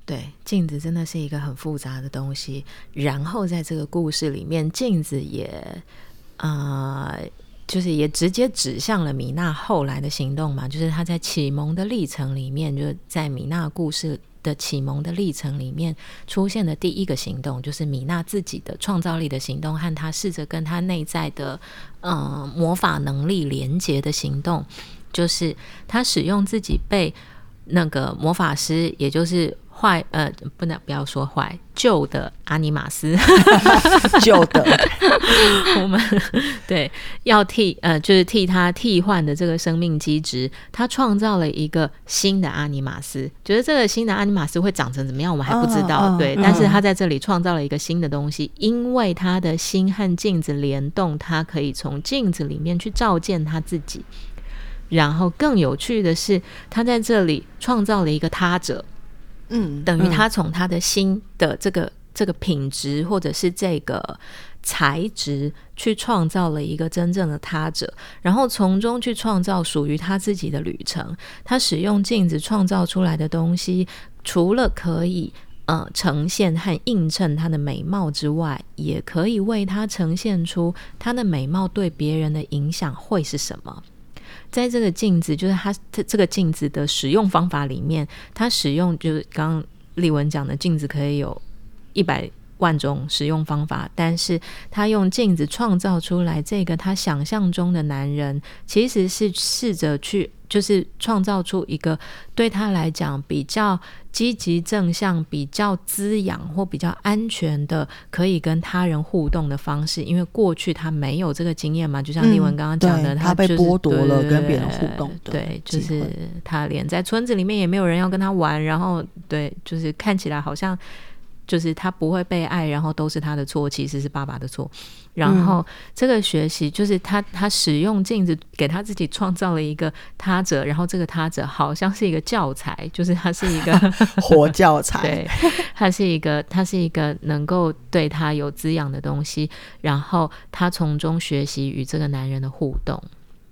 对，镜子真的是一个很复杂的东西。然后在这个故事里面，镜子也就是也直接指向了米娜后来的行动嘛，就是她在启蒙的历程里面，就是在米娜故事的启蒙的历程里面出现的第一个行动，就是米娜自己的创造力的行动和她试着跟她内在的魔法能力连结的行动，就是她使用自己被那个魔法师，也就是不要说坏，旧的阿尼玛斯旧的我们对要就是替他替换的这个生命机制，他创造了一个新的阿尼玛斯，就是这个新的阿尼玛斯会长成怎么样我们还不知道，对，但是他在这里创造了一个新的东西，因为他的心和镜子联动，他可以从镜子里面去照见他自己。然后更有趣的是，他在这里创造了一个他者，等于他从他的心的这个品质或者是这个材质去创造了一个真正的他者，然后从中去创造属于他自己的旅程。他使用镜子创造出来的东西，除了可以呈现和映衬他的美貌之外，也可以为他呈现出他的美貌对别人的影响会是什么。在这个镜子，就是它这个镜子的使用方法里面，它使用就是刚刚丽文讲的，镜子可以有100万种使用方法，但是他用镜子创造出来这个他想象中的男人，其实是试着去就是创造出一个对他来讲比较积极正向、比较滋养或比较安全的可以跟他人互动的方式。因为过去他没有这个经验嘛，就像丽文刚刚讲的， 他被剥夺了跟别人互动的， 对，就是他连在村子里面也没有人要跟他玩，然后对，就是看起来好像就是他不会被爱，然后都是他的错，其实是爸爸的错。然后这个学习就是他使用镜子给他自己创造了一个他者，然后这个他者好像是一个教材，就是他是一个活教材对，他是一个能够对他有滋养的东西，然后他从中学习与这个男人的互动。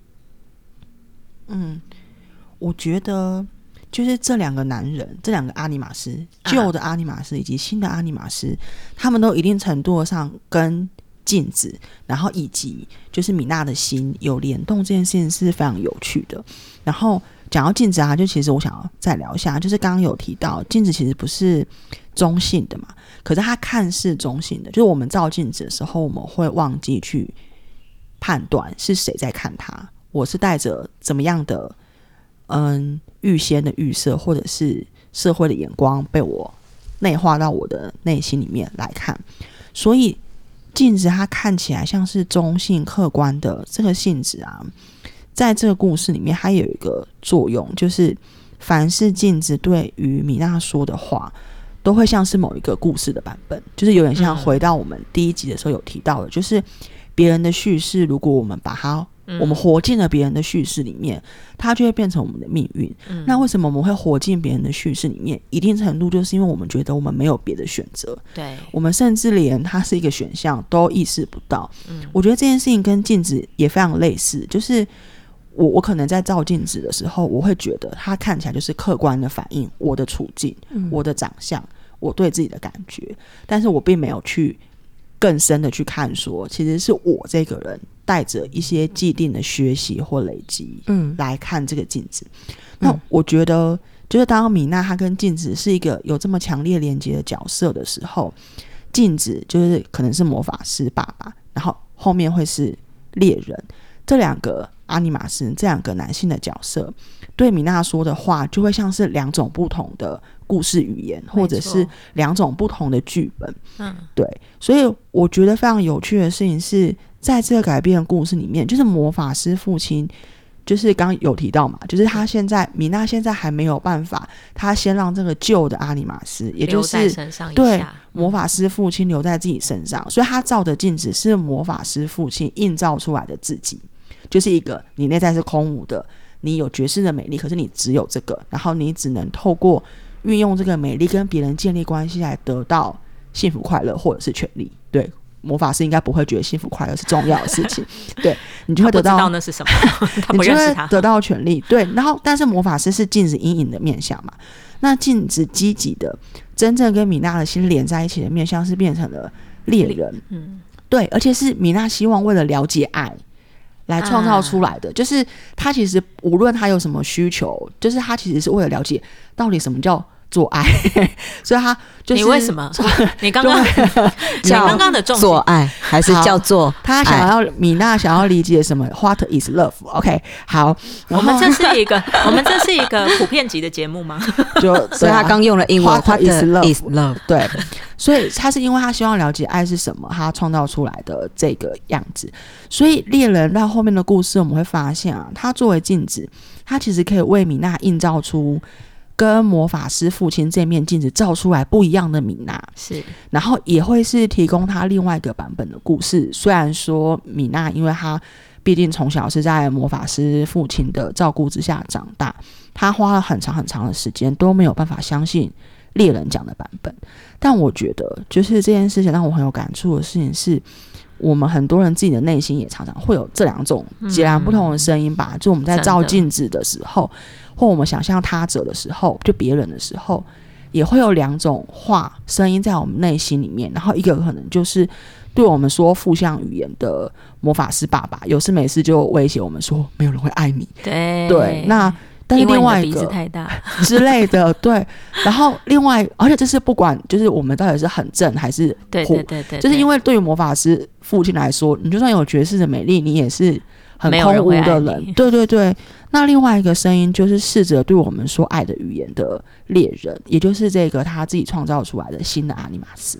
我觉得就是这两个男人，这两个阿尼玛斯，旧的阿尼玛斯以及新的阿尼玛斯，他们都一定程度上跟镜子，然后以及就是米娜的心有联动，这件事情是非常有趣的。然后讲到镜子就其实我想要再聊一下，就是刚刚有提到镜子其实不是中性的嘛，可是它看似中性的，就是我们照镜子的时候，我们会忘记去判断是谁在看它，我是带着怎么样的预先的预设或者是社会的眼光被我内化到我的内心里面来看，所以镜子它看起来像是中性客观的这个性质在这个故事里面它有一个作用，就是凡是镜子对于米娜说的话都会像是某一个故事的版本，就是有点像回到我们第一集的时候有提到的，就是别人的叙事，如果我们把它我们活进了别人的叙事里面，它就会变成我们的命运。那为什么我们会活进别人的叙事里面？一定程度就是因为我们觉得我们没有别的选择， 对， 我们甚至连它是一个选项都意识不到。我觉得这件事情跟镜子也非常类似，就是我可能在照镜子的时候，我会觉得它看起来就是客观的反映我的处境、我的长相、我对自己的感觉，但是我并没有去更深的去看说其实是我这个人带着一些既定的学习或累积来看这个镜子。那我觉得就是当米娜她跟镜子是一个有这么强烈连接的角色的时候，镜子就是可能是魔法师爸爸，然后后面会是猎人，这两个阿尼玛斯，这两个男性的角色对米娜说的话就会像是两种不同的故事语言，或者是两种不同的剧本。对，所以我觉得非常有趣的事情是在这个改编的故事里面，就是魔法师父亲就是刚刚有提到嘛，就是他现在米娜现在还没有办法，他先让这个旧的阿尼玛斯，也就是对魔法师父亲留在自己身上，所以他照的镜子是魔法师父亲映照出来的自己，就是一个你内在是空无的，你有绝世的美丽，可是你只有这个，然后你只能透过运用这个美丽跟别人建立关系来得到幸福快乐或者是权利。对， 魔法师应该不会觉得幸福快乐是重要的事情。对，你就会得到， 他不知道那是什么，他不认识他， 你就会得到权利。对，然后但是魔法师是镜子阴影的面向嘛，那镜子积极的真正跟米娜的心连在一起的面向是变成了猎人。对，而且是米娜希望为了了解爱来创造出来的，就是他其实无论他有什么需求，就是他其实是为了了解到底什么叫做爱。所以他就是你为什么你刚刚的重点做爱还是叫做他想要米娜想要理解什么 What is love。 OK， 好， 我们这是一个普遍级的节目吗？ 所以他刚用了英文 What is love。 对，所以他是因为他希望了解爱是什么，他创造出来的这个样子。所以猎人到后面的故事我们会发现啊，他作为镜子，他其实可以为米娜映照出跟魔法师父亲这面镜子照出来不一样的米娜， 是， 然后也会是提供他另外一个版本的故事。虽然说米娜因为他毕竟从小是在魔法师父亲的照顾之下长大，他花了很长很长的时间都没有办法相信猎人讲的版本。但我觉得就是这件事情让我很有感触的事情是，我们很多人自己的内心也常常会有这两种截然不同的声音吧。就我们在照镜子的时候，或我们想象他者的时候，就别人的时候，也会有两种话声音在我们内心里面。然后一个可能就是对我们说负向语言的魔法师爸爸，有事没事就威胁我们说没有人会爱你。对，那但是另外一个因为你的鼻子太大之类的。对，然后另外而且这是不管就是我们到底是很正还是对， 就是因为对于魔法师父亲来说，你就算有绝世的美丽，你也是很空无的人。对，那另外一个声音就是试着对我们说爱的语言的猎人，也就是这个他自己创造出来的新的阿尼玛斯。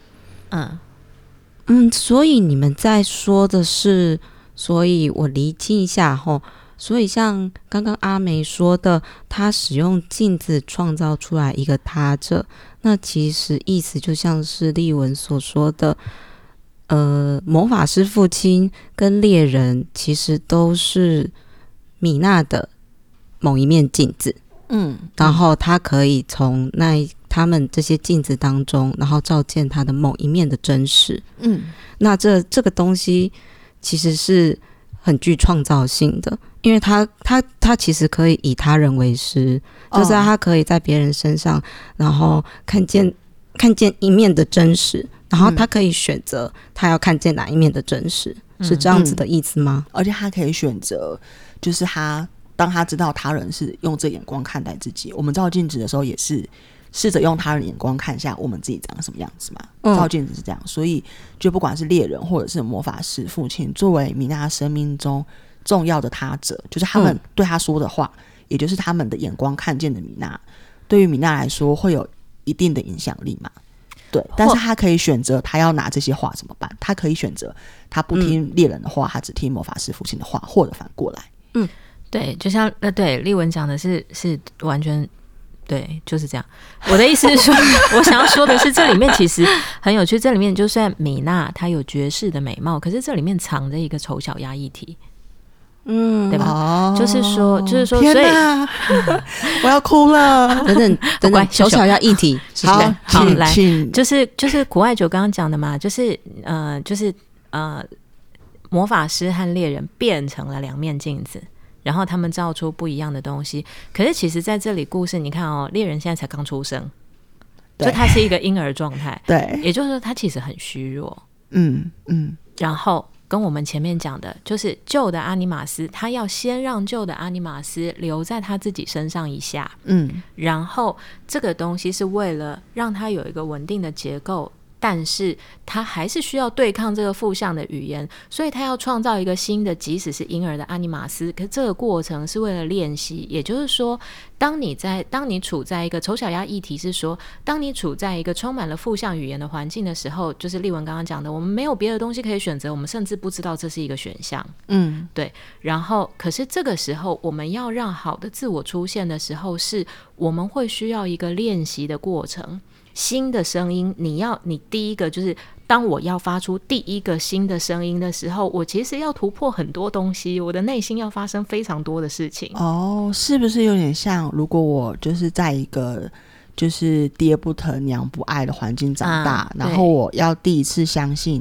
所以你们在说的是，所以我厘清一下吼，所以像刚刚阿梅说的，他使用镜子创造出来一个他者，那其实意思就像是丽文所说的，魔法师父亲跟猎人其实都是米娜的某一面镜子，然后他可以从他们这些镜子当中，然后照见他的某一面的真实。那这个东西其实是很具创造性的，因为他其实可以以他人为师，就是他可以在别人身上，然后看见一面的真实，然后他可以选择他要看见哪一面的真实，是这样子的意思吗？ 而且他可以选择，就是当他知道他人是用这眼光看待自己，我们照镜子的时候也是试着用他人眼光看一下我们自己长什么样子嘛。照镜子是这样，所以就不管是猎人或者是魔法师父亲，作为米娜生命中重要的他者，就是他们对他说的话，也就是他们的眼光看见的米娜，对于米娜来说会有一定的影响力嘛。对，但是他可以选择他要拿这些话怎么办，他可以选择他不听猎人的话，他只听魔法师父亲的话，或者反过来。 对，就像对丽文讲的是完全对，就是这样。我的意思是说，我想要说的是，这里面其实很有趣。这里面就算米娜她有绝世的美貌，可是这里面藏着一个丑小鸭议题，对吧？就是说，所以我要哭了。 等等，丑小鸭议题， 好， 来，就是苦艾酒刚刚讲的嘛，就是魔法师和猎人变成了两面镜子。然后他们照出不一样的东西，可是其实在这里故事你看哦，猎人现在才刚出生，就他是一个婴儿状态， 对， 也就是说他其实很虚弱，然后跟我们前面讲的就是旧的阿尼玛斯，他要先让旧的阿尼玛斯留在他自己身上一下，然后这个东西是为了让他有一个稳定的结构，但是他还是需要对抗这个负向的语言，所以他要创造一个新的即使是婴儿的阿尼玛斯，可是这个过程是为了练习。也就是说，当你处在一个丑小鸭议题是说，当你处在一个充满了负向语言的环境的时候，就是丽文刚刚讲的，我们没有别的东西可以选择，我们甚至不知道这是一个选项，对。然后可是这个时候我们要让好的自我出现的时候，是我们会需要一个练习的过程。新的声音，你第一个就是当我要发出第一个新的声音的时候，我其实要突破很多东西，我的内心要发生非常多的事情。 是不是有点像如果我就是在一个就是爹不疼娘不爱的环境长大，然后我要第一次相信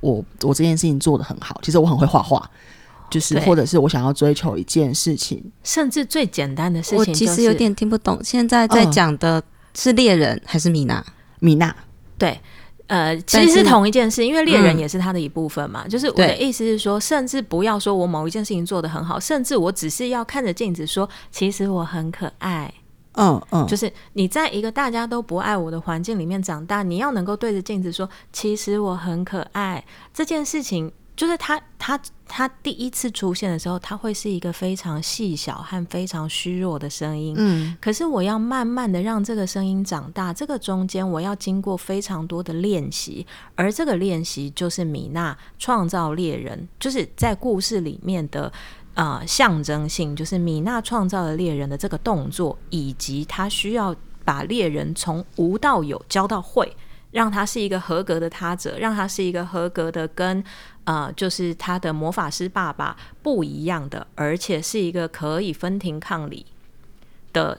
我这件事情做得很好，其实我很会画画，就是或者是我想要追求一件事情， 甚至最简单的事情、就是， 我其实有点听不懂，现在在讲的是猎人还是米娜？ 米娜， 对。其实是同一件事，因为猎人也是他的一部分嘛。就是我的意思是说，甚至不要说我某一件事情做得很好，甚至我只是要看着镜子说，其实我很可爱。就是你在一个大家都不爱我的环境里面长大，你要能够对着镜子说，其实我很可爱。这件事情就是他第一次出现的时候，他会是一个非常细小和非常虚弱的声音。可是我要慢慢的让这个声音长大，这个中间我要经过非常多的练习，而这个练习就是米娜创造猎人，就是在故事里面的象征性，就是米娜创造了猎人的这个动作，以及他需要把猎人从无到有教到会，让他是一个合格的他者，让他是一个合格的跟就是他的魔法师爸爸不一样的，而且是一个可以分庭抗礼的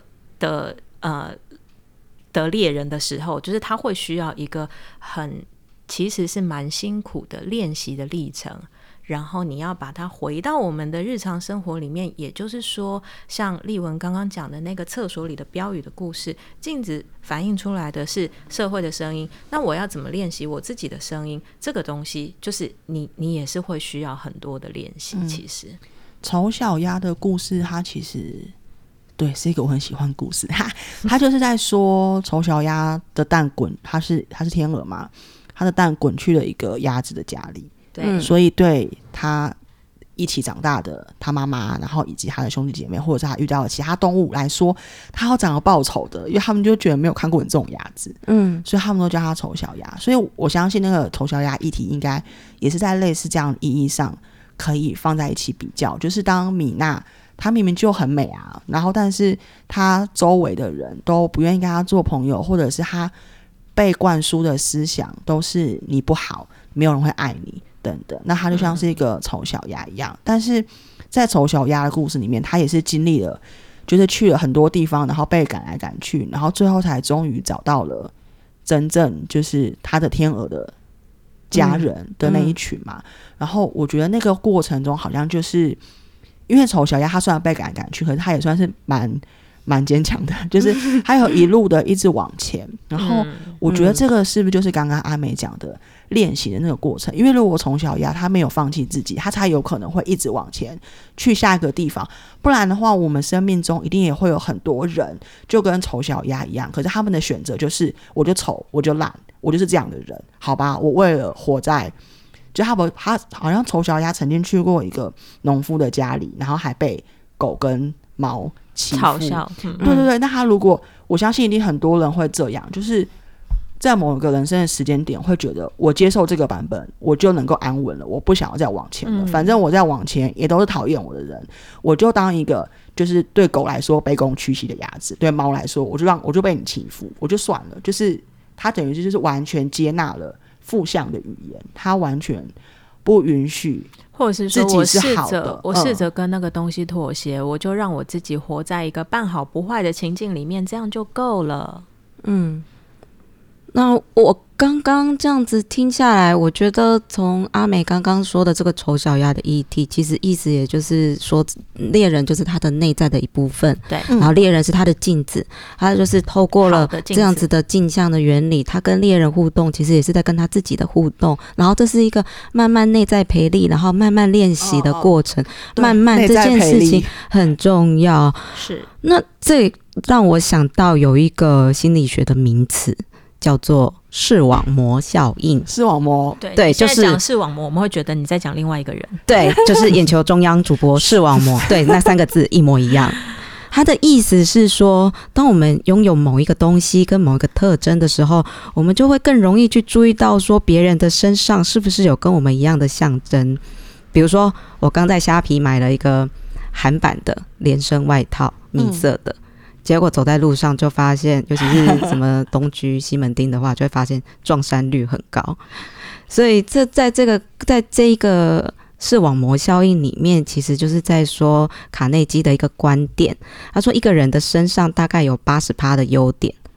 猎人的时候，就是他会需要一个其实是蛮辛苦的练习的历程。然后你要把它回到我们的日常生活里面，也就是说像丽文刚刚讲的那个厕所里的标语的故事，镜子反映出来的是社会的声音，那我要怎么练习我自己的声音，这个东西就是你也是会需要很多的练习。其实丑小鸭的故事它其实对是一个我很喜欢故事，它就是在说丑小鸭的蛋滚，它是天鹅嘛，它的蛋滚去了一个鸭子的家里，对，所以对他一起长大的他妈妈，然后以及他的兄弟姐妹，或者是他遇到的其他动物来说，他要长得报仇的，因为他们就觉得没有看过你这种鸭子，所以他们都叫他丑小鸭。所以我相信那个丑小鸭议题应该也是在类似这样的意义上可以放在一起比较，就是当米娜她明明就很美啊，然后但是她周围的人都不愿意跟她做朋友，或者是她被灌输的思想都是你不好，没有人会爱你等等，那他就像是一个丑小鸭一样。但是在丑小鸭的故事里面，他也是经历了，就是去了很多地方，然后被赶来赶去，然后最后才终于找到了真正就是他的天鹅的家人的那一群嘛。然后我觉得那个过程中好像就是因为丑小鸭他虽然被赶来赶去，可是他也算是蛮坚强的，就是他有一路的一直往前。然后我觉得这个是不是就是刚刚阿美讲的练习的那个过程？因为如果丑小鸭他没有放弃自己，他才有可能会一直往前去下一个地方。不然的话，我们生命中一定也会有很多人就跟丑小鸭一样，可是他们的选择就是我就丑，我就懒，我就是这样的人，好吧？我为了活在就他好像丑小鸭曾经去过一个农夫的家里，然后还被狗跟猫嘲笑， 对对对。那他如果我相信一定很多人会这样，就是在某一个人生的时间点会觉得我接受这个版本我就能够安稳了，我不想要再往前了，反正我再往前也都是讨厌我的人，我就当一个就是对狗来说卑躬屈膝的鸭子，对猫来说我就被你欺负，我就算了。就是他等于就是完全接纳了负向的语言，他完全不允许， 或者是说我试着跟那个东西妥协，我就让我自己活在一个半好不坏的情境里面，这样就够了。 那我刚刚这样子听下来，我觉得从阿美刚刚说的这个丑小鸭的议题，其实意思也就是说，猎人就是他的内在的一部分， 对， 然后猎人是他的镜子，他就是透过了这样子的镜像的原理，他跟猎人互动，其实也是在跟他自己的互动，然后这是一个慢慢内在培力，然后慢慢练习的过程，慢慢这件事情很重要。 是， 那这让我想到有一个心理学的名词，叫做视网膜效应。 视网膜， 对，就是讲视网膜，我们会觉得你在讲另外一个人。 对，就是眼球中央主播视网膜。对，那三个字一模一样。它的意思是说，当我们拥有某一个东西跟某一个特征的时候，我们就会更容易去注意到说别人的身上是不是有跟我们一样的象征。比如说，我刚在虾皮买了一个韩版的连身外套，米色的。结果走在路上就发现，尤其是什么东区西门町的话，就会发现撞衫率很高。所以在这一个视网膜效应里面，其实就是在说卡内基的一个观点。他说，一个人的身上大概有80%的优点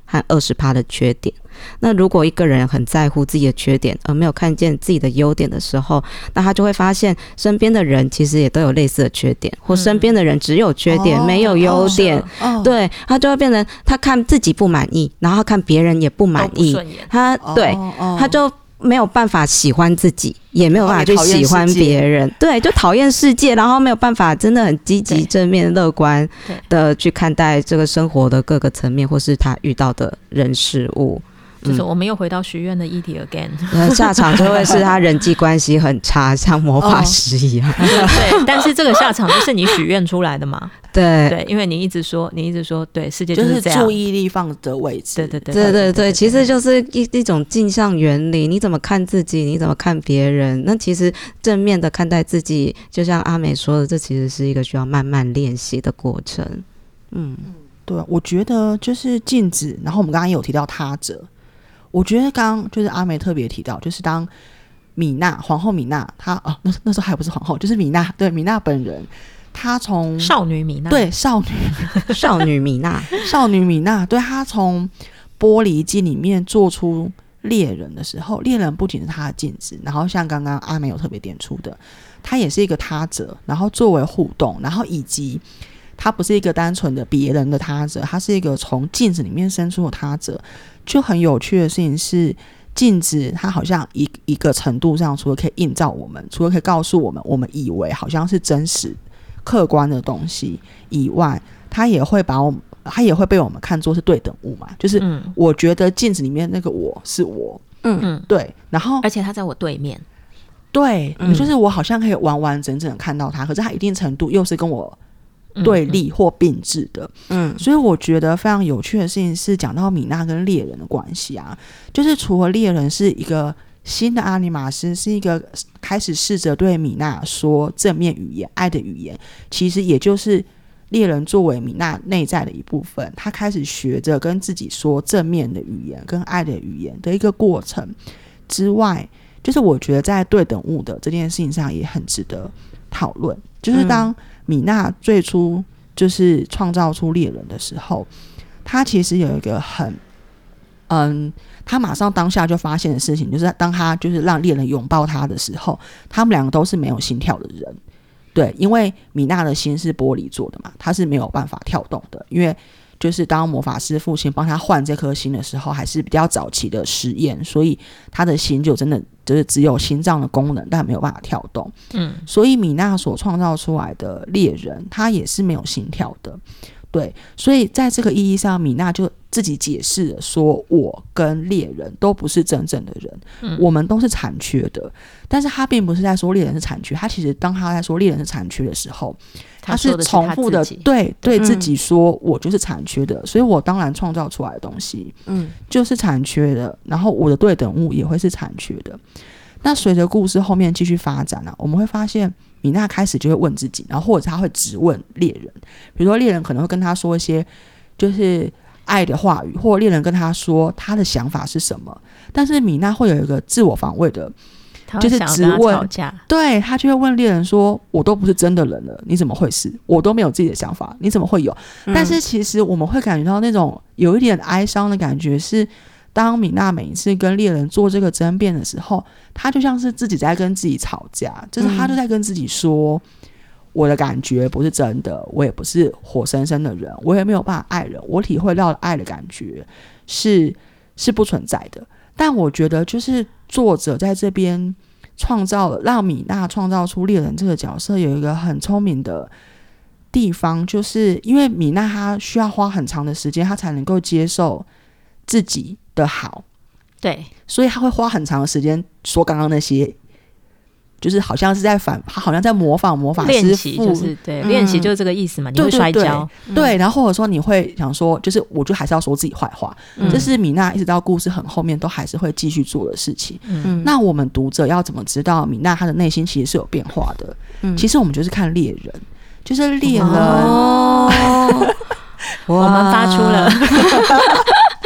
和20%的缺点。那如果一个人很在乎自己的缺点，而没有看见自己的优点的时候，那他就会发现身边的人其实也都有类似的缺点，或身边的人只有缺点，没有优点。对，他就会变成他看自己不满意，然后看别人也不满意，他就没有办法喜欢自己，也没有办法去喜欢别人，对，就讨厌世界，然后没有办法真的很积极、正面、乐观的去看待这个生活的各个层面，或是他遇到的人事物。 就是我们又回到许愿的议题 again， 下场就会是他人际关系很差，像魔法师一样。 对，但是这个下场就是你许愿出来的嘛。 对， 因为你一直说，对，世界就是这样， 注意力放的位置。 对，其实就是一种镜像原理。你怎么看自己，你怎么看别人？那其实正面的看待自己，就像阿美说的，这其实是一个需要慢慢练习的过程。 对，我觉得就是镜子，然后我们刚刚也有提到他者。我觉得刚刚就是阿梅特别提到，就是当皇后米娜，她那时候还不是皇后，就是米娜，对，米娜本人，她从少女米娜， 对，少女米娜，对，她从玻璃镜里面做出猎人的时候，猎人不仅是她的镜子，然后像刚刚阿梅有特别点出的，她也是一个他者，然后作为互动，然后以及他不是一个单纯的别人的他者，他是一个从镜子里面生出的他者。就很有趣的事情是，镜子它好像一个程度上，除了可以映照我们，除了可以告诉我们我们以为好像是真实客观的东西以外，它也会被我们看作是对等物嘛，就是我觉得镜子里面那个我是我，对，然后而且他在我对面， 对，就是我好像可以完完整整的看到他，可是他一定程度又是跟我对立或并置的。所以我觉得非常有趣的事情是讲到米娜跟猎人的关系啊，就是除了猎人是一个新的阿尼玛斯，是一个开始试着对米娜说正面语言、爱的语言，其实也就是猎人作为米娜内在的一部分，他开始学着跟自己说正面的语言跟爱的语言的一个过程之外，就是我觉得在对等物的这件事情上也很值得讨论。就是当米娜最初就是创造出猎人的时候，他其实有一个很他马上当下就发现的事情，就是当他就是让猎人拥抱他的时候，他们两个都是没有心跳的人。对，因为米娜的心是玻璃做的嘛，他是没有办法跳动的，因为就是当魔法师父亲帮他换这颗心的时候，还是比较早期的实验，所以他的心就真的就是只有心脏的功能，但没有办法跳动。所以米娜所创造出来的猎人，他也是没有心跳的。对，所以在这个意义上，米娜就自己解释了说，我跟猎人都不是真正的人，我们都是残缺的。但是他并不是在说猎人是残缺，他其实当他在说猎人是残缺的时候，他是重复的对自己说，我就是残缺的，所以我当然创造出来的东西就是残缺的，然后我的对等物也会是残缺的。那随着故事后面继续发展我们会发现米娜开始就会问自己，然后或者他会质问猎人，比如说猎人可能会跟他说一些就是爱的话语，或猎人跟他说他的想法是什么，但是米娜会有一个自我防卫的，就是质问，对，他就会问猎人说，我都不是真的人了，你怎么会是？我都没有自己的想法，你怎么会有？但是其实我们会感觉到那种有一点哀伤的感觉是，当米娜每一次跟猎人做这个争辩的时候，他就像是自己在跟自己吵架，就是他就在跟自己说，我的感觉不是真的，我也不是活生生的人，我也没有办法爱人，我体会到的爱的感觉是不存在的。但我觉得就是作者在这边创造了，让米娜创造出猎人这个角色有一个很聪明的地方，就是因为米娜她需要花很长的时间，她才能够接受自己的好， 对， 所以他会花很长的时间说刚刚那些，就是好像是在他好像在模仿魔法师练习，就是对练习就是这个意思嘛，你会摔跤， 对，然后或者说你会想说，就是我就还是要说自己坏话，这是米娜一直到故事很后面都还是会继续做的事情。那我们读者要怎么知道米娜她的内心其实是有变化的？其实我们就是看猎人，就是猎人。 我们发出了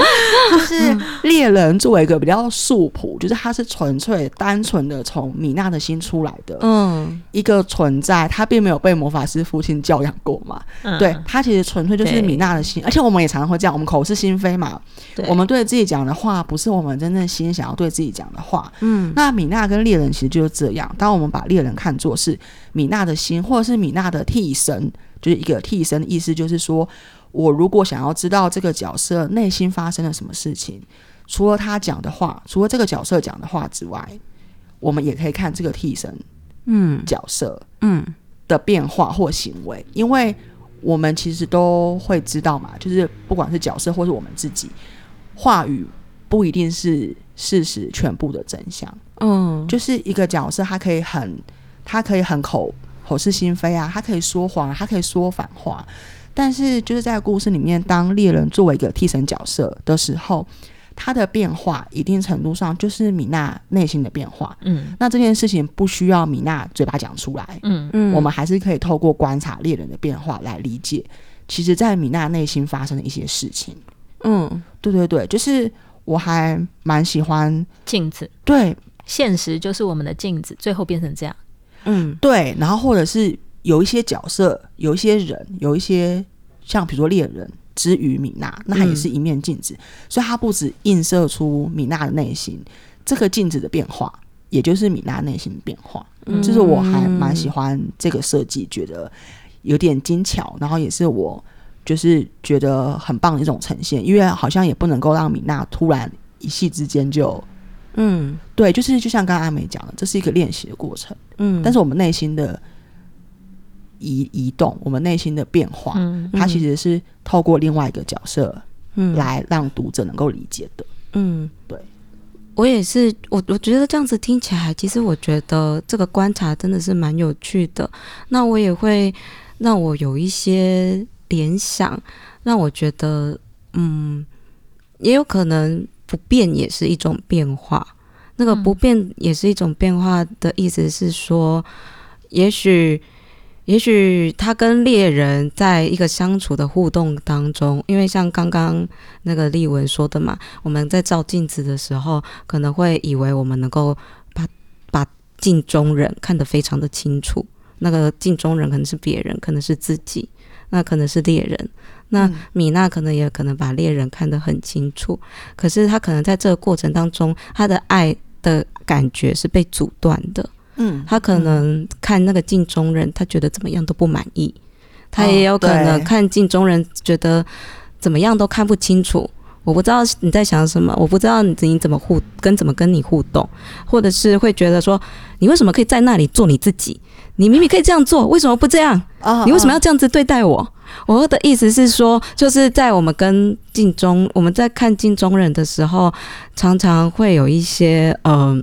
就是猎人作为一个比较素朴，就是他是纯粹单纯的从米娜的心出来的一个存在，他并没有被魔法师父亲教养过嘛，对，他其实纯粹就是米娜的心，而且我们也常常会这样，我们口是心非嘛，我们对自己讲的话不是我们真正心想要对自己讲的话，那米娜跟猎人其实就是这样，当我们把猎人看作是米娜的心，或者是米娜的替身，就是一个替身的意思，就是说我如果想要知道这个角色内心发生了什么事情，除了他讲的话，除了这个角色讲的话之外，我们也可以看这个替身角色的变化或行为，因为我们其实都会知道嘛，就是不管是角色或是我们自己，话语不一定是事实全部的真相，就是一个角色他可以很口是心非啊，他可以说谎，他可以说反话，但是就是在故事里面，当猎人作为一个替身角色的时候，他的变化一定程度上就是米娜内心的变化，那这件事情不需要米娜嘴巴讲出来，我们还是可以透过观察猎人的变化来理解，其实在米娜内心发生的一些事情。对对对，就是我还蛮喜欢镜子， 对， 现实就是我们的镜子，最后变成这样。 对，然后或者是有一些角色，有一些人，有一些像比如说猎人之于米娜，那它也是一面镜子，所以它不只映射出米娜的内心，这个镜子的变化也就是米娜内心的变化，就是我还蛮喜欢这个设计，觉得有点精巧，然后也是我就是觉得很棒的一种呈现，因为好像也不能够让米娜突然一夕之间就对，就是就像刚刚阿美讲的，这是一个练习的过程，但是我们内心的移动，我们内心的变化，它其实是透过另外一个角色来让读者能够理解的。对， 我也是，我觉得这样子听起来，其实我觉得这个观察真的是蛮有趣的。那我也会让我有一些联想，让我觉得，也有可能不变也是一种变化。那个不变也是一种变化的意思是说，也许他跟猎人在一个相处的互动当中，因为像刚刚那个丽文说的嘛，我们在照镜子的时候，可能会以为我们能够把镜中人看得非常的清楚，那个镜中人可能是别人，可能是自己，那可能是猎人，那米娜可能也可能把猎人看得很清楚，可是他可能在这个过程当中，他的爱的感觉是被阻断的。他可能看那个镜中人，他觉得怎么样都不满意，他也有可能看镜中人觉得怎么样都看不清楚，我不知道你在想什么，我不知道你怎么跟你互动，或者是会觉得说你为什么可以在那里做你自己，你明明可以这样做，为什么不这样，你为什么要这样子对待我。我的意思是说，就是在我们我们在看镜中人的时候，常常会有一些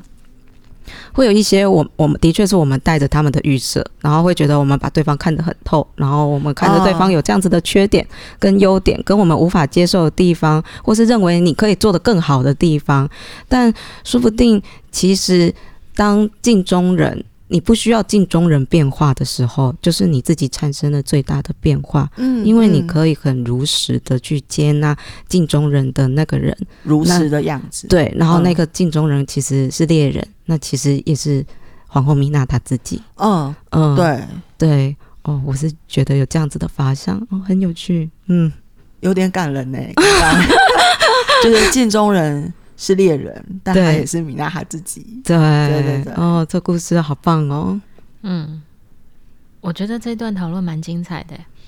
我们的确是我们带着他们的预设，然后会觉得我们把对方看得很透，然后我们看着对方有这样子的缺点跟优点，跟我们无法接受的地方，或是认为你可以做得更好的地方，但说不定其实当镜中人，你不需要镜中人变化的时候，就是你自己产生了最大的变化，因为你可以很如实的去接纳镜中人的那个人如实的样子， 对，然后那个镜中人其实是猎人，那其实也是皇后米娜她自己。 对对，我是觉得有这样子的发想，很有趣， 有点感人呢。就是镜中人是猎人，但他也是米娜他自己。对对对， 这故事好棒哦。 我觉得这段讨论蛮精彩的。